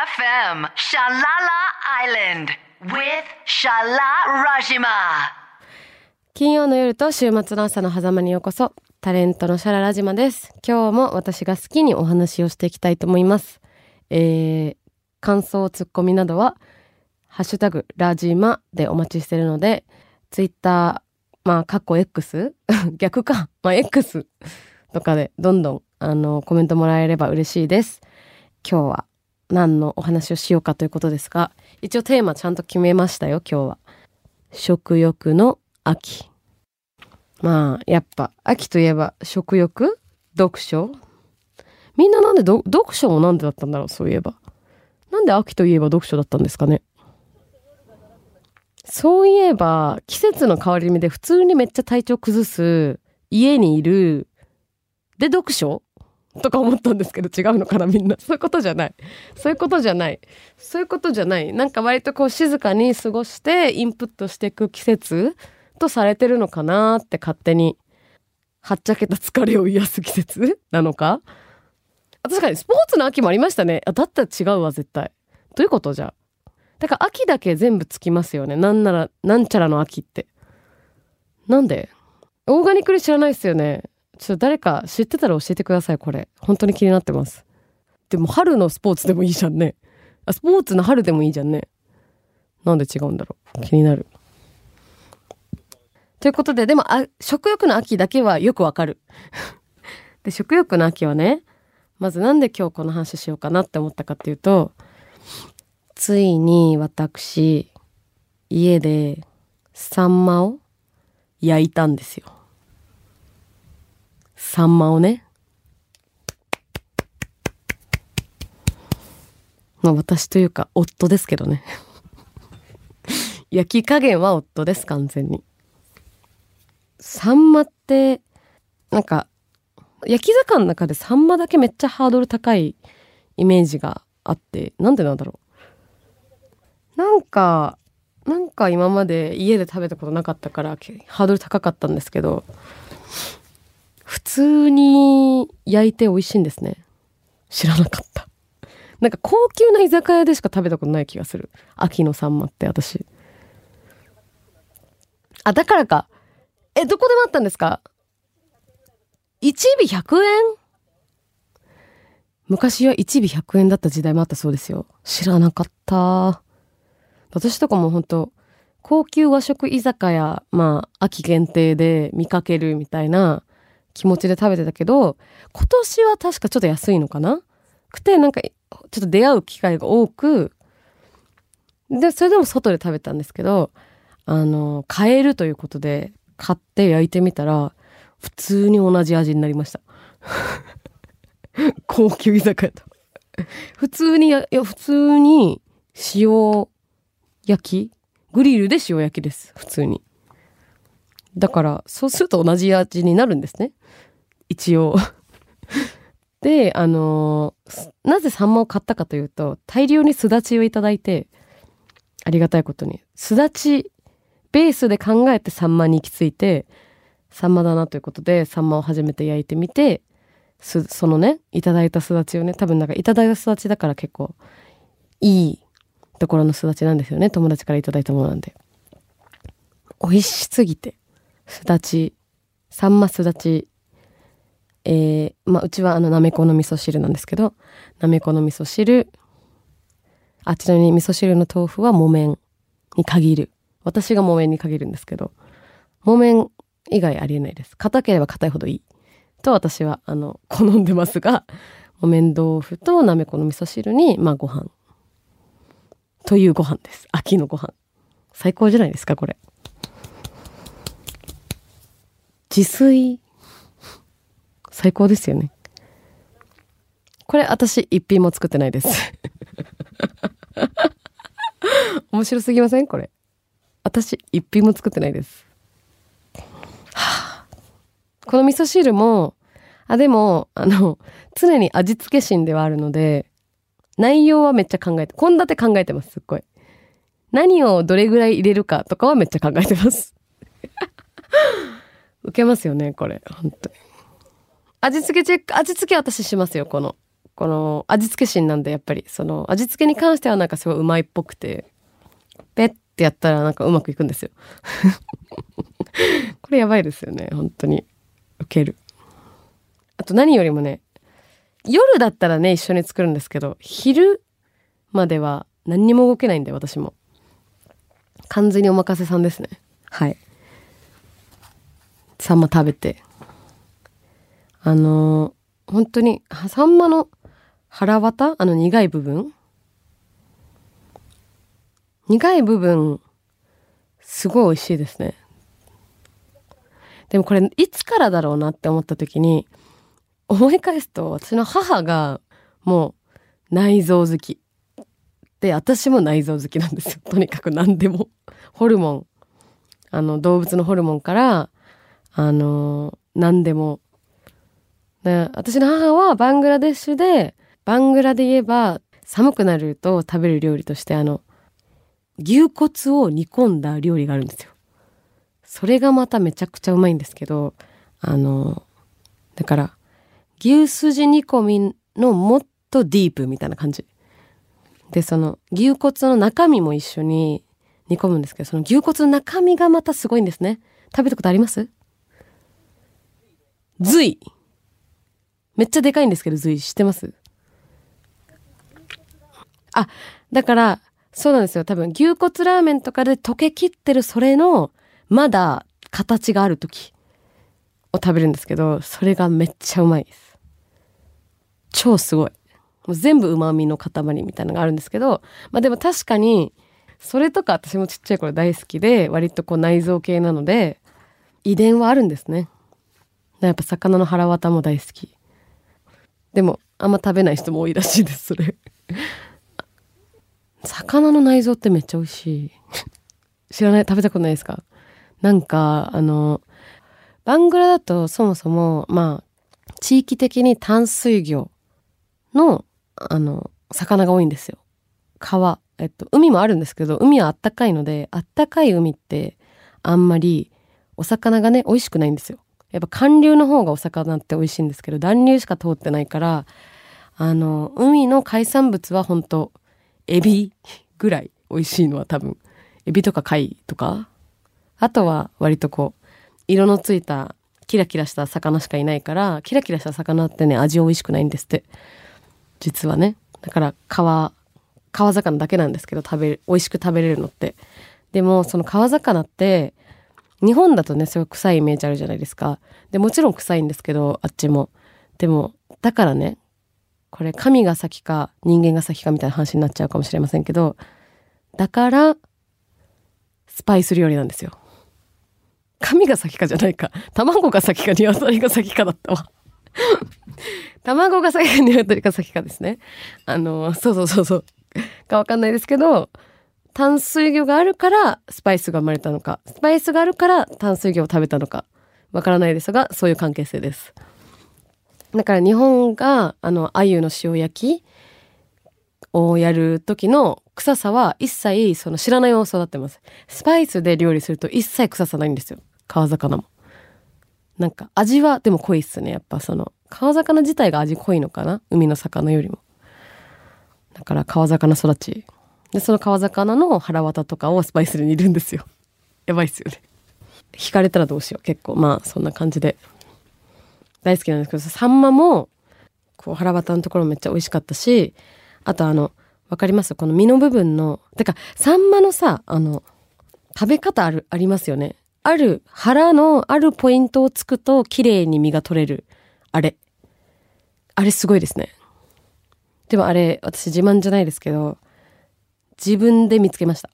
FM Shalala Island with Shala Rajima。 金曜の夜と週末の朝の狭間にようこそ。タレントのシャララジマです。今日も私が好きにお話をしていきたいと思います。感想ツッコミなどはハッシュタグラジマでお待ちしているので、ツイッターかっこ X 逆か、X とかでどんどんコメントもらえれば嬉しいです。今日は何のお話をしようかということですが、一応テーマちゃんと決めましたよ。今日は食欲の秋。やっぱ秋といえば食欲、読書。みんななんで読書もなんでだったんだろう。そういえばなんで秋といえば読書だったんですかね。そういえば季節の変わり目で普通にめっちゃ体調崩す、家にいるで読書とか思ったんですけど、違うのかな。みんなそういうことじゃない。なんか割とこう静かに過ごしてインプットしていく季節とされてるのかなって勝手に。はっちゃけた疲れを癒す季節なのか。確かにスポーツの秋もありましたね。だったら違うわ絶対。どういうことじゃ。だから秋だけ全部つきますよね。なんならなんちゃらの秋って。なんでオーガニックに知らないですよね。ちょっと誰か知ってたら教えてください。これ本当に気になってます。でも春のスポーツでもいいじゃんね。スポーツの春でもいいじゃんね。なんで違うんだろう。気になる。ということで、でも食欲の秋だけはよくわかるで、食欲の秋はね、まずなんで今日この話しようかなって思ったかっていうと、ついに私家でサンマを焼いたんですよ。サンマをね。私というか夫ですけどね焼き加減は夫です。完全に。サンマってなんか焼き魚の中でサンマだけめっちゃハードル高いイメージがあって、なんでなんだろう。なんか今まで家で食べたことなかったからハードル高かったんですけど、普通に焼いて美味しいんですね。知らなかった。なんか高級な居酒屋でしか食べたことない気がする。秋のサンマって私。だからか。どこでもあったんですか。1尾100円？昔は1尾100円だった時代もあったそうですよ。知らなかった。私とかも本当高級和食居酒屋、秋限定で見かけるみたいな気持ちで食べてたけど、今年は確かちょっと安いのかななんかちょっと出会う機会が多くで、それでも外で食べたんですけど、買えるということで買って焼いてみたら普通に同じ味になりました高級居酒屋と普通に塩焼き、グリルで塩焼きです。普通に。だからそうすると同じ味になるんですね、一応で、なぜサンマを買ったかというと、大量にすだちをいただいて、ありがたいことにすだちベースで考えてサンマに行き着いて、サンマだなということでサンマを初めて焼いてみて、そのねいただいたすだちをね、多分なんかいただいたすだちだから結構いいところのすだちなんですよね。友達からいただいたものなんで。美味しすぎて、すだち、サンマすだち、うちはなめこの味噌汁なんですけど、なめこの味噌汁、ちなみに味噌汁の豆腐は木綿に限る。私が木綿に限るんですけど、木綿以外ありえないです。硬ければ硬いほどいいと私は好んでますが、木綿豆腐となめこの味噌汁にご飯というご飯です。秋のご飯最高じゃないですか。これ自炊最高ですよね。これ私一品も作ってないです面白すぎませんこれ。私一品も作ってないです。この味噌汁もでも常に味付け心ではあるので、内容はめっちゃ献立考えてます。すっごい何をどれぐらい入れるかとかはめっちゃ考えてますウケますよねこれ。本当に味付けは私しますよ。ここの味付け神なんで、やっぱりその味付けに関してはなんかすごいうまいっぽくて、ペッてやったらなんかうまくいくんですよ。これやばいですよね、本当に。ウケる。あと何よりもね、夜だったらね一緒に作るんですけど、昼までは何にも動けないんで、私も完全にお任せさんですね。はい。サンマ食べて、本当にサンマの腹渡、苦い部分すごい美味しいですね。でもこれいつからだろうなって思った時に思い返すと、私の母がもう内臓好きで、私も内臓好きなんですよ。とにかく何でもホルモン、動物のホルモンから何でも、ね、私の母はバングラデシュで、バングラで言えば寒くなると食べる料理として牛骨を煮込んだ料理があるんですよ。それがまためちゃくちゃうまいんですけど、だから牛すじ煮込みのもっとディープみたいな感じで、その牛骨の中身も一緒に煮込むんですけど、その牛骨の中身がまたすごいんですね。食べたことあります？髄めっちゃでかいんですけど、髄知ってます？あ、だからそうなんですよ。多分牛骨ラーメンとかで溶けきってる、それのまだ形がある時を食べるんですけど、それがめっちゃうまいです。超すごい。もう全部旨味の塊みたいなのがあるんですけど、まあでも確かにそれとか私もちっちゃい頃大好きで、割とこう内臓系なので遺伝はあるんですね。やっぱ魚の腹渡も大好き。でもあんま食べない人も多いらしいです、それ。魚の内臓ってめっちゃ美味しい。知らない？食べたことないですか？なんかバングラだとそもそもまあ地域的に淡水魚の魚が多いんですよ。川、海もあるんですけど、海はあったかいので、あったかい海ってあんまりお魚がね美味しくないんですよ。やっぱ寒流の方がお魚って美味しいんですけど、暖流しか通ってないから、海の海産物は本当エビぐらい美味しいのは多分エビとか貝とか、あとは割とこう色のついたキラキラした魚しかいないから、キラキラした魚ってね味美味しくないんですって、実はね。だから川魚だけなんですけど、美味しく食べれるのって。でもその川魚って日本だとねすごい臭いイメージあるじゃないですか。でもちろん臭いんですけど、あっちも。でもだからね、これ神が先か人間が先かみたいな話になっちゃうかもしれませんけど、だからスパイス料理なんですよ。神が先かじゃないか、卵が先か鶏が先かだったわ。卵が先か鶏が先かですね。そうかわかんないですけど、淡水魚があるからスパイスが生まれたのか、スパイスがあるから淡水魚を食べたのかわからないですが、そういう関係性です。だから日本が鮎の塩焼きをやる時の臭さは一切その知らないまま育ってます。スパイスで料理すると一切臭さないんですよ、川魚も。なんか味はでも濃いっすね。やっぱその川魚自体が味濃いのかな、海の魚よりも。だから川魚育ちで、その川魚の腹渡とかをスパイスで煮るんですよ。やばいっすよね。惹かれたらどうしよう。結構まあそんな感じで大好きなんですけど、サンマもこう腹渡のところめっちゃ美味しかったし、あとわかります？この身の部分の、てかサンマのさ、食べ方ありますよね。ある腹のあるポイントをつくと綺麗に身が取れる、あれすごいですね。でもあれ私自慢じゃないですけど、自分で見つけました。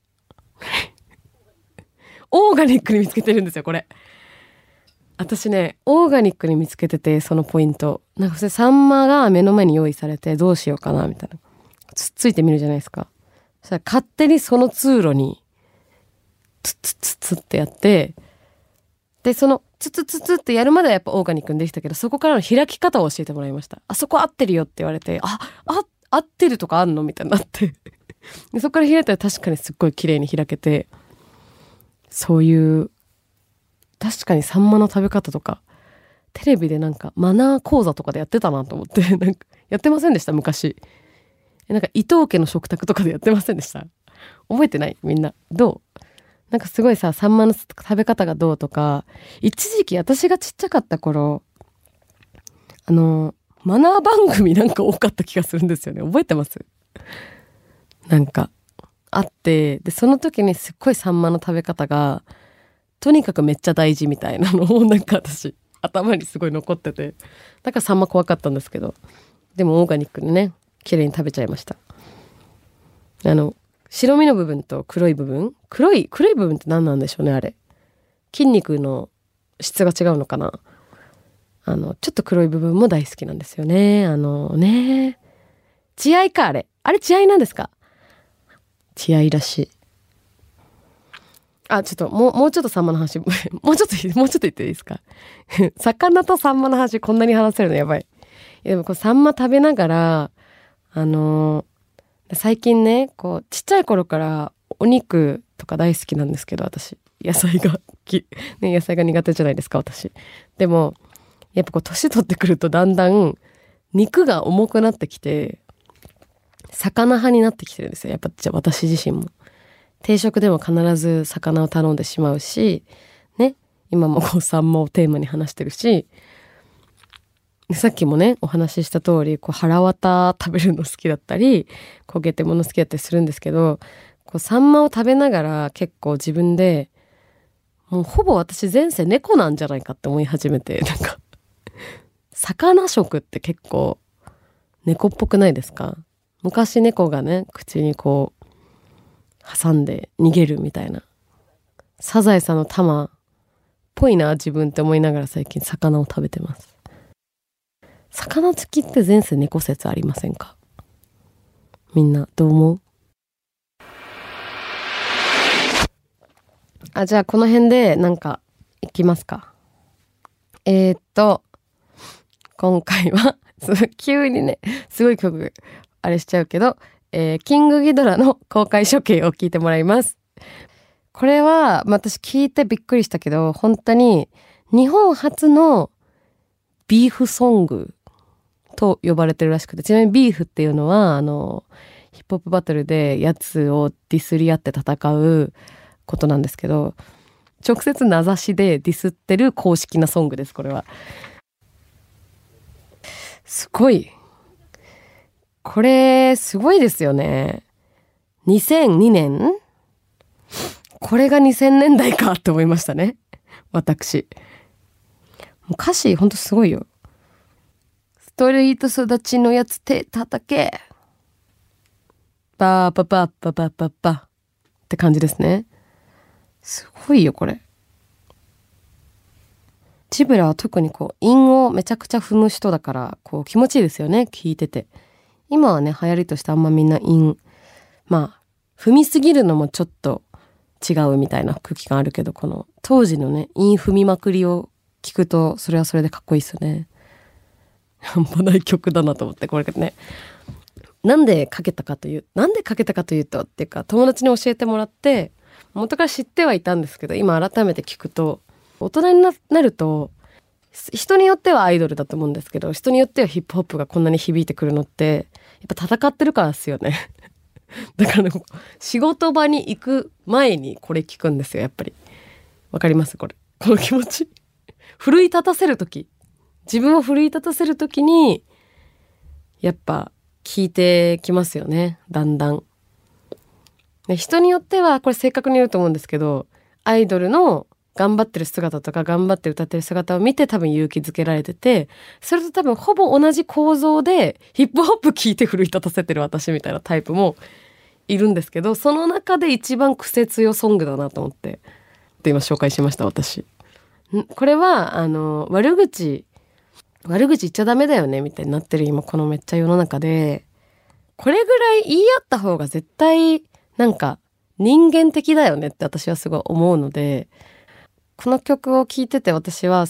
オーガニックに見つけてるんですよ、これ。私ねオーガニックに見つけてて、そのポイントなんかそれサンマが目の前に用意されてどうしようかなみたいな、つっついてみるじゃないですか。そしたら勝手にその通路にツッツッツッツッってやって、でそのツッツッツッツッってやるまではやっぱオーガニックにできたけど、そこからの開き方を教えてもらいました。あそこ合ってるよって言われて、合ってるとかあんのみたいになってでそこから開いたら確かにすっごい綺麗に開けて、そういう確かにサンマの食べ方とかテレビでなんかマナー講座とかでやってたなと思ってなんかやってませんでした昔。なんか伊藤家の食卓とかでやってませんでした？覚えてない？みんなどう？なんかすごいさ、サンマの食べ方がどうとか、一時期私がちっちゃかった頃マナー番組なんか多かった気がするんですよね。覚えてます？なんかあって、でその時にすっごいサンマの食べ方がとにかくめっちゃ大事みたいなのをなんか私頭にすごい残ってて、だからサンマ怖かったんですけど、でもオーガニックでね綺麗に食べちゃいました。白身の部分と黒い部分、黒い部分って何なんでしょうね。あれ筋肉の質が違うのかな。ちょっと黒い部分も大好きなんですよね。血合いか。あれ血合いなんですか？血合いらしい。ちょっともうちょっとサンマの話もうちょっと言っていいですか？魚とサンマの話こんなに話せるのやばい。でもサンマ食べながら最近ねちっちゃい頃からお肉とか大好きなんですけど、私野菜が苦手じゃないですか私。でもやっぱ年取ってくるとだんだん肉が重くなってきて魚派になってきてるんですよ。やっぱじゃあ私自身も定食でも必ず魚を頼んでしまうしね、今もサンマをテーマに話してるし、さっきもねお話しした通り腹綿食べるの好きだったり焦げてもの好きだったりするんですけど、サンマを食べながら結構自分でもうほぼ私前世猫なんじゃないかって思い始めて、なんか魚食って結構猫っぽくないですか？昔猫がね口に挟んで逃げるみたいな、サザエさんのタマっぽいな自分って思いながら最近魚を食べてます。魚好きって前世猫説ありませんか？みんなどう思う？じゃあこの辺でなんかいきますか。今回は急にねすごい曲あれしちゃうけど、キングギドラの公開処刑を聞いてもらいます。これは、私聞いてびっくりしたけど本当に日本初のビーフソングと呼ばれてるらしくて、ちなみにビーフっていうのはヒップホップバトルでやつをディスり合って戦うことなんですけど、直接名指しでディスってる公式なソングです。これはすごい、これすごいですよね。2002年、これが2000年代かって思いましたね私。もう歌詞ほんとすごいよ。ストリート育ちのやつ手叩けバーババッババッバッバって感じですね。すごいよこれ。チブラは特に韻をめちゃくちゃ踏む人だから気持ちいいですよね聞いてて。今はね流行りとしてあんまみんな韻踏みすぎるのもちょっと違うみたいな空気感あるけど、この当時のね韻踏みまくりを聞くとそれはそれでかっこいいですよね。半端ない曲だなと思って。これねなんでかけたかというとっていうか、友達に教えてもらって元から知ってはいたんですけど、今改めて聞くと大人になると人によってはアイドルだと思うんですけど、人によってはヒップホップがこんなに響いてくるのってやっぱ戦ってるからですよね。だから、仕事場に行く前にこれ聞くんですよやっぱり。わかります？この気持ち。奮い立たせる時、自分を奮い立たせる時にやっぱ聞いてきますよね。だんだん人によってはこれ正確に言うと思うんですけど、アイドルの頑張ってる姿とか頑張って歌ってる姿を見て多分勇気づけられてて、それと多分ほぼ同じ構造でヒップホップ聞いて奮い立たせてる私みたいなタイプもいるんですけど、その中で一番癖強ソングだなと思って今紹介しました私。これは悪口言っちゃダメだよねみたいになってる今このめっちゃ世の中で、これぐらい言い合った方が絶対なんか人間的だよねって私はすごい思うので、この曲を聴いてて私は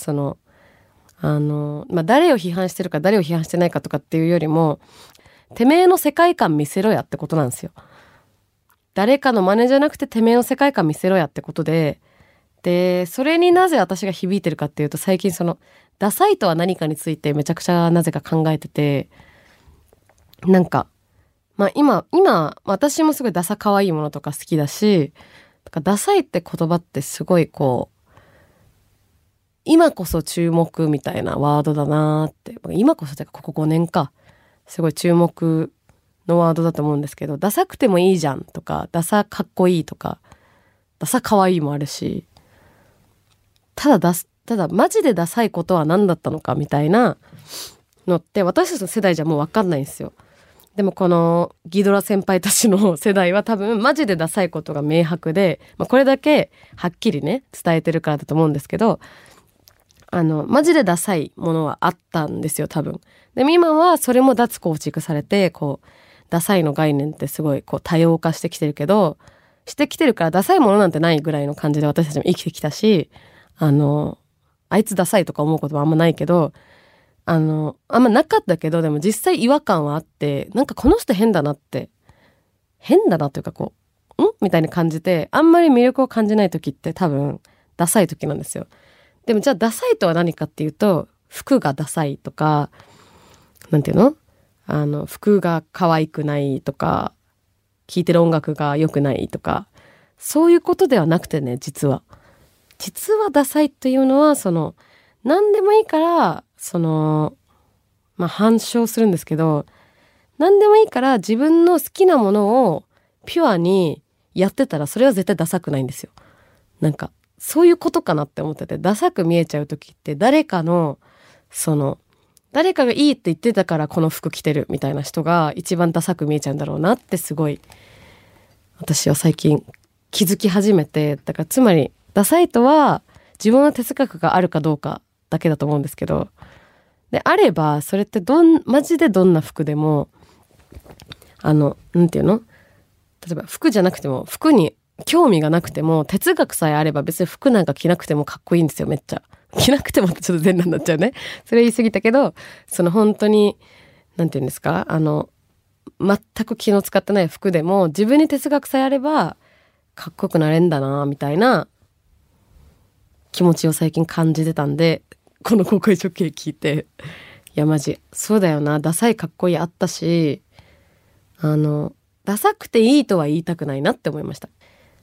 誰を批判してるか誰を批判してないかとかっていうよりも、てめえの世界観見せろやってことなんですよ。誰かの真似じゃなくててめえの世界観見せろやってことで、それになぜ私が響いてるかっていうと、最近ダサいとは何かについてめちゃくちゃなぜか考えてて、なんかまあ今私もすごいダサ可愛いものとか好きだし、だからダサいって言葉ってすごいこう今こそ注目みたいなワードだなって、今こそってかここ5年かすごい注目のワードだと思うんですけど、ダサくてもいいじゃんとか、ダサかっこいいとか、ダサ可愛いもあるし、ただマジでダサいことは何だったのかみたいなのって私たちの世代じゃもう分かんないんですよ。でもこのギドラ先輩たちの世代は多分マジでダサいことが明白で、これだけはっきりね伝えてるからだと思うんですけど、マジでダサいものはあったんですよ多分。でも今はそれも脱構築されて、こうダサいの概念ってすごいこう多様化してきてるからダサいものなんてないぐらいの感じで私たちも生きてきたし、あいつダサいとか思うことはあんまないけど、あんまなかったけど、でも実際違和感はあって、なんかこの人変だなというかこうみたいに感じて、あんまり魅力を感じない時って多分ダサい時なんですよ。でもじゃあダサいとは何かっていうと、服がダサいとか、なんていうの、服が可愛くないとか、聴いてる音楽が良くないとか、そういうことではなくてね、実はダサいっていうのは何でもいいから反証するんですけど、何でもいいから自分の好きなものをピュアにやってたら、それは絶対ダサくないんですよ。なんかそういうことかなって思ってて、ダサく見えちゃう時って誰かがいいって言ってたからこの服着てるみたいな人が一番ダサく見えちゃうんだろうなってすごい私は最近気づき始めて、だからつまりダサいとは自分の哲学があるかどうかだけだと思うんですけど、であればそれってマジでどんな服でもなんていうの、例えば服じゃなくても、服に興味がなくても哲学さえあれば別に服なんか着なくてもかっこいいんですよ。めっちゃ着なくてもってちょっと全裸になっちゃうね、それ言い過ぎたけど、本当になんていうんですか、全く気の使ってない服でも自分に哲学さえあればかっこよくなれんだなみたいな気持ちを最近感じてたんで、この公開処刑聞いて、いやマジそうだよな、ダサいかっこいいあったし、ダサくていいとは言いたくないなって思いました。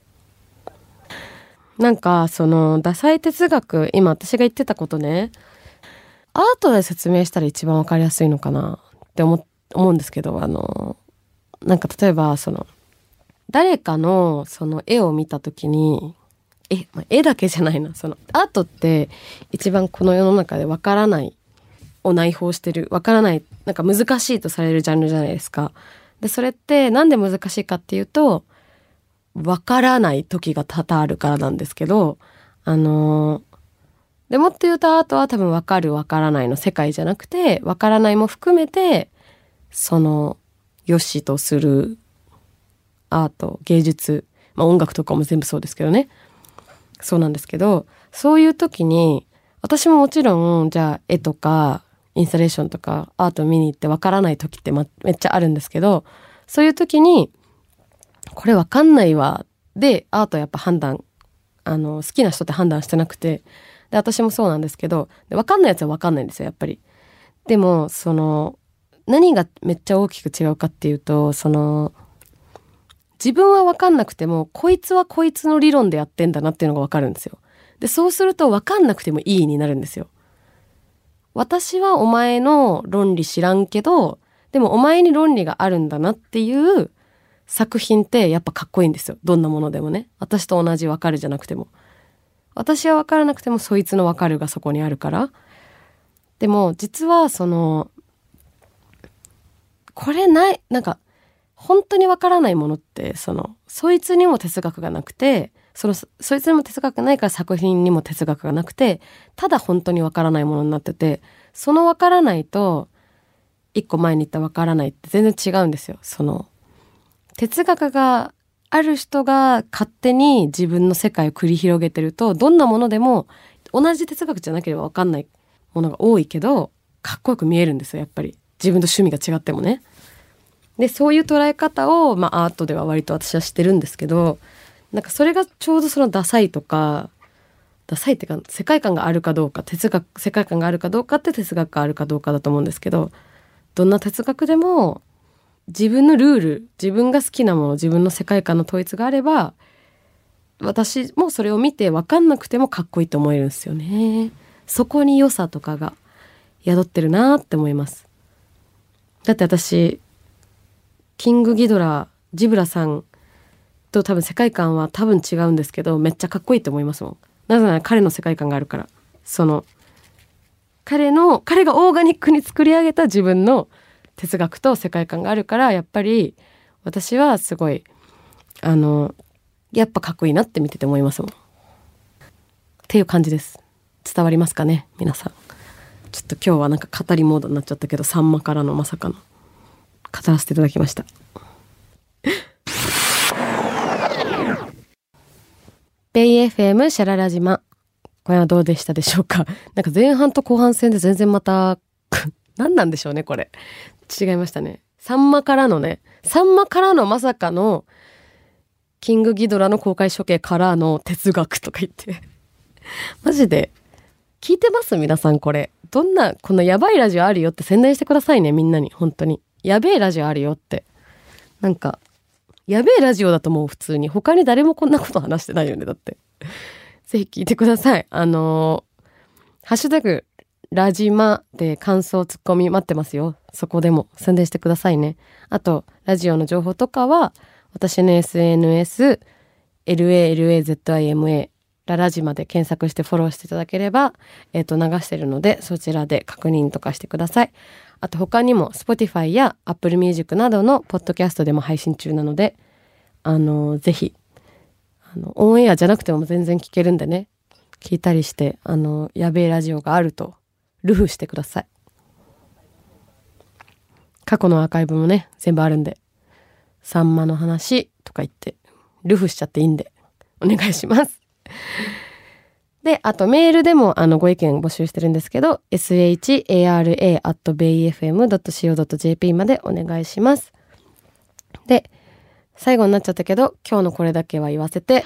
なんかダサい哲学、今私が言ってたことね、アートで説明したら一番わかりやすいのかなって思うんですけど、なんか例えば誰かの絵を見た時に、絵だけじゃないな、アートって一番この世の中でわからないを内包してる、わからない、なんか難しいとされるジャンルじゃないですか。でそれってなんで難しいかっていうと、わからない時が多々あるからなんですけど、でもっと言うとアートは多分わかるわからないの世界じゃなくて、わからないも含めて良しとするアート、芸術、音楽とかも全部そうですけどね、そうなんですけど、そういう時に私ももちろんじゃあ絵とかインスタレーションとかアート見に行ってわからない時ってめっちゃあるんですけど、そういう時にこれわかんないわでアートやっぱ判断、好きな人って判断してなくて、で私もそうなんですけど、でわかんないやつはわかんないんですよやっぱり。でも何がめっちゃ大きく違うかっていうと、自分は分かんなくてもこいつはこいつの理論でやってんだなっていうのが分かるんですよ。でそうすると分かんなくてもいいになるんですよ。私はお前の論理知らんけど、でもお前に論理があるんだなっていう作品ってやっぱかっこいいんですよ。どんなものでもね、私と同じ分かるじゃなくても、私は分からなくてもそいつの分かるがそこにあるから。でも実はこれなんか本当にわからないものってそいつにも哲学がなくて、そいつにも哲学ないから作品にも哲学がなくて、ただ本当にわからないものになってて、そのわからないと一個前に言ったわからないって全然違うんですよ。哲学がある人が勝手に自分の世界を繰り広げてると、どんなものでも同じ哲学じゃなければわかんないものが多いけどかっこよく見えるんですよ、やっぱり自分と趣味が違ってもね。でそういう捉え方を、アートでは割と私はしてるんですけど、なんかそれがちょうどダサいとかダサいってか世界観があるかどうか世界観があるかどうかって哲学があるかどうかだと思うんですけど、どんな哲学でも自分のルール、自分が好きなもの、自分の世界観の統一があれば、私もそれを見て分かんなくてもかっこいいと思えるんですよね。そこに良さとかが宿ってるなって思います。だって私キングギドラジブラさんと多分世界観は多分違うんですけど、めっちゃかっこいいと思いますもん。なぜなら彼の世界観があるから。その彼がオーガニックに作り上げた自分の哲学と世界観があるから、やっぱり私はすごいやっぱかっこいいなって見てて思いますもんっていう感じです。伝わりますかね皆さん。ちょっと今日はなんか語りモードになっちゃったけど、さんまからのまさかの語らせていただきましたベイ FM シャララ島、これはどうでしたでしょうか。なんか前半と後半戦で全然また何なんでしょうねこれ。違いましたね。さんまからのまさかのキングギドラの公開処刑からの哲学とか言ってマジで聞いてます皆さん。これどんな、このやばいラジオあるよって宣伝してくださいねみんなに。本当にやべえラジオあるよって。なんかやべえラジオだと思う。普通に他に誰もこんなこと話してないよね。だってぜひ聞いてください。ハッシュタグラジマで感想ツッコミ待ってますよ。そこでも宣伝してくださいね。あとラジオの情報とかは私の SNS LALAZIMA ラジマで検索してフォローしていただければ、流してるのでそちらで確認とかしてください。あと他にも Spotify や Apple Music などのポッドキャストでも配信中なので、ぜひオンエアじゃなくても全然聞けるんでね、聞いたりしてやべえラジオがあるとルフしてください。過去のアーカイブもね全部あるんで、さんまの話とか言ってルフしちゃっていいんでお願いしますで、あとメールでもご意見募集してるんですけど shara@bayfm.co.jp までお願いします。で、最後になっちゃったけど今日のこれだけは言わせて。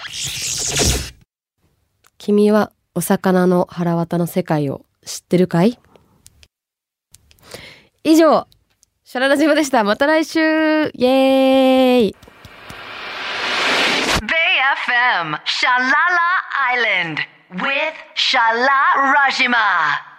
君はお魚の腹渡の世界を知ってるかい？以上、シャララジマでした。また来週。イエーイ。 Bay FM Shalala Island with Shala Rajima.